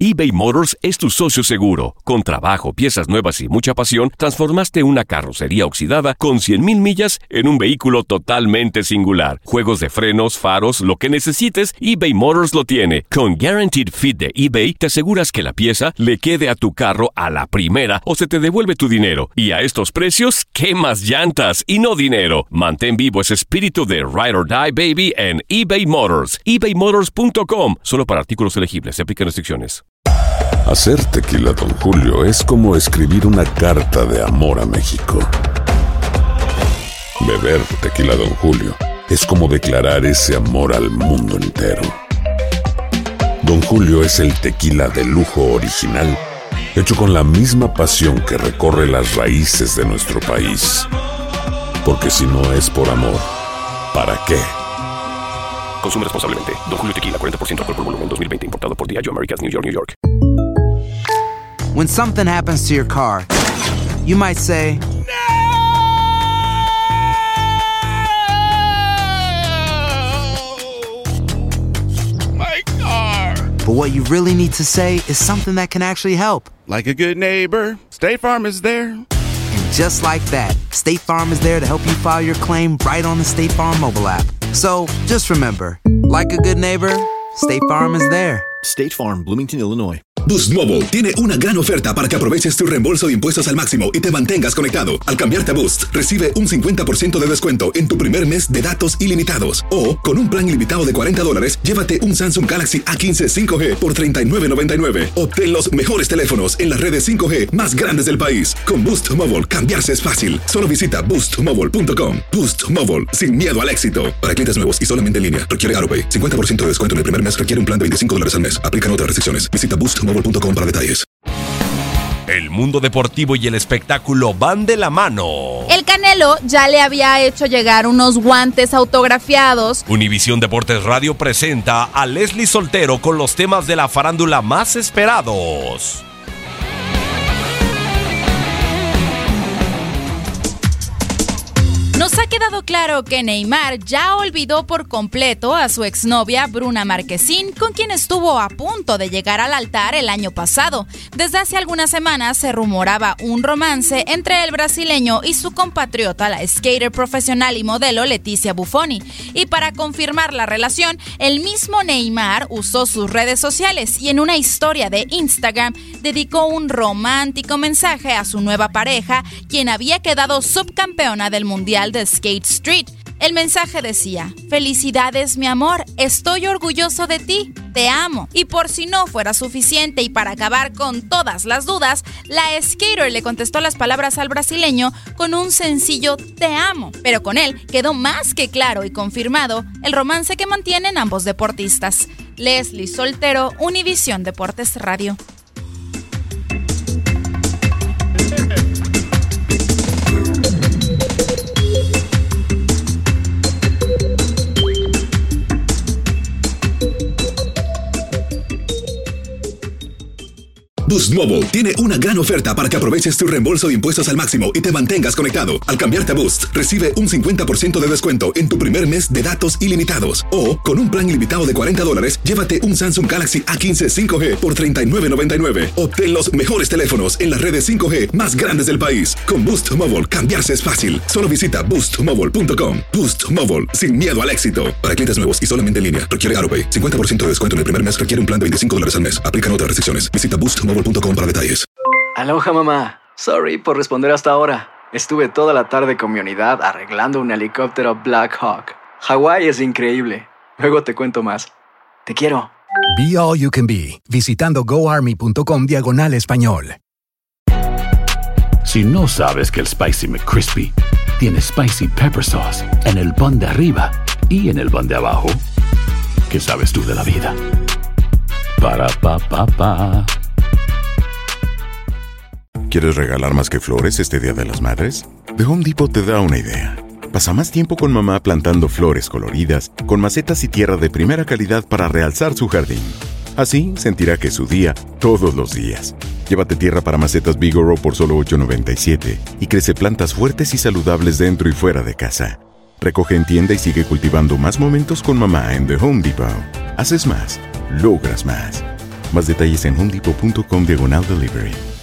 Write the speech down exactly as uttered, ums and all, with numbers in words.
eBay Motors es tu socio seguro. Con trabajo, piezas nuevas y mucha pasión, transformaste una carrocería oxidada con cien mil millas en un vehículo totalmente singular. Juegos de frenos, faros, lo que necesites, eBay Motors lo tiene. Con Guaranteed Fit de eBay, te aseguras que la pieza le quede a tu carro a la primera o se te devuelve tu dinero. Y a estos precios, ¿qué más llantas y no dinero? Mantén vivo ese espíritu de Ride or Die, baby, en eBay Motors. ebay motors punto com. Solo para artículos elegibles. Se aplican restricciones. Hacer tequila Don Julio es como escribir una carta de amor a México. Beber tequila Don Julio es como declarar ese amor al mundo entero. Don Julio es el tequila de lujo original, hecho con la misma pasión que recorre las raíces de nuestro país. Porque si no es por amor, ¿para qué? Consume responsablemente. Don Julio Tequila, cuarenta por ciento alcohol por volumen, dos mil veinte. Importado por Diageo Americas, New York, New York. When something happens to your car, you might say, My car! But what you really need to say is something that can actually help. Like a good neighbor, State Farm is there. And just like that, State Farm is there to help you file your claim right on the State Farm mobile app. So, just remember, like a good neighbor, State Farm is there. State Farm, Bloomington, Illinois. Boost Mobile tiene una gran oferta para que aproveches tu reembolso de impuestos al máximo y te mantengas conectado. Al cambiarte a Boost, recibe un cincuenta por ciento de descuento en tu primer mes de datos ilimitados. O, con un plan ilimitado de cuarenta dólares, llévate un Samsung Galaxy A quince cinco G por treinta y nueve noventa y nueve. Obtén los mejores teléfonos en las redes cinco G más grandes del país. Con Boost Mobile, cambiarse es fácil. Solo visita boost mobile punto com. Boost Mobile, sin miedo al éxito. Para clientes nuevos y solamente en línea, requiere AutoPay. cincuenta por ciento de descuento en el primer mes, requiere un plan de veinticinco dólares al mes. Aplican otras restricciones. Visita boost mobile punto com para detalles. El mundo deportivo y el espectáculo van de la mano. El Canelo ya le había hecho llegar unos guantes autografiados. Univisión Deportes Radio presenta a Leslie Soltero con los temas de la farándula más esperados. Nos ha quedado claro que Neymar ya olvidó por completo a su exnovia Bruna Marquezine, con quien estuvo a punto de llegar al altar el año pasado. Desde hace algunas semanas se rumoraba un romance entre el brasileño y su compatriota, la skater profesional y modelo Leticia Buffoni. Y para confirmar la relación, el mismo Neymar usó sus redes sociales y en una historia de Instagram dedicó un romántico mensaje a su nueva pareja, quien había quedado subcampeona del Mundial de Skate Street. El mensaje decía: felicidades mi amor, estoy orgulloso de ti, te amo. Y por si no fuera suficiente y para acabar con todas las dudas, la skater le contestó las palabras al brasileño con un sencillo te amo. Pero con él quedó más que claro y confirmado el romance que mantienen ambos deportistas. Leslie Soltero, Univisión Deportes Radio. Boost Mobile tiene una gran oferta para que aproveches tu reembolso de impuestos al máximo y te mantengas conectado. Al cambiarte a Boost, recibe un cincuenta por ciento de descuento en tu primer mes de datos ilimitados. O, con un plan ilimitado de cuarenta dólares, llévate un Samsung Galaxy A quince cinco G por treinta y nueve noventa y nueve. Obtén los mejores teléfonos en las redes cinco G más grandes del país. Con Boost Mobile, cambiarse es fácil. Solo visita boost mobile punto com. Boost Mobile, sin miedo al éxito. Para clientes nuevos y solamente en línea, requiere AutoPay. cincuenta por ciento de descuento en el primer mes, requiere un plan de veinticinco dólares al mes. Aplican otras restricciones. Visita boost mobile punto com para detalles. Aloha mamá, sorry por responder hasta ahora. Estuve toda la tarde con mi unidad arreglando un helicóptero Black Hawk. Hawái es increíble. Luego te cuento más. Te quiero. Be All You Can Be, visitando goarmy.com diagonal español. Si no sabes que el Spicy McCrispy tiene Spicy Pepper Sauce en el pan de arriba y en el pan de abajo, ¿qué sabes tú de la vida? Para, pa, pa, pa. ¿Quieres regalar más que flores este Día de las Madres? The Home Depot te da una idea. Pasa más tiempo con mamá plantando flores coloridas, con macetas y tierra de primera calidad para realzar su jardín. Así sentirá que es su día todos los días. Llévate tierra para macetas Bigoro por solo ocho noventa y siete y crece plantas fuertes y saludables dentro y fuera de casa. Recoge en tienda y sigue cultivando más momentos con mamá en The Home Depot. Haces más, logras más. Más detalles en home depot punto com diagonal delivery.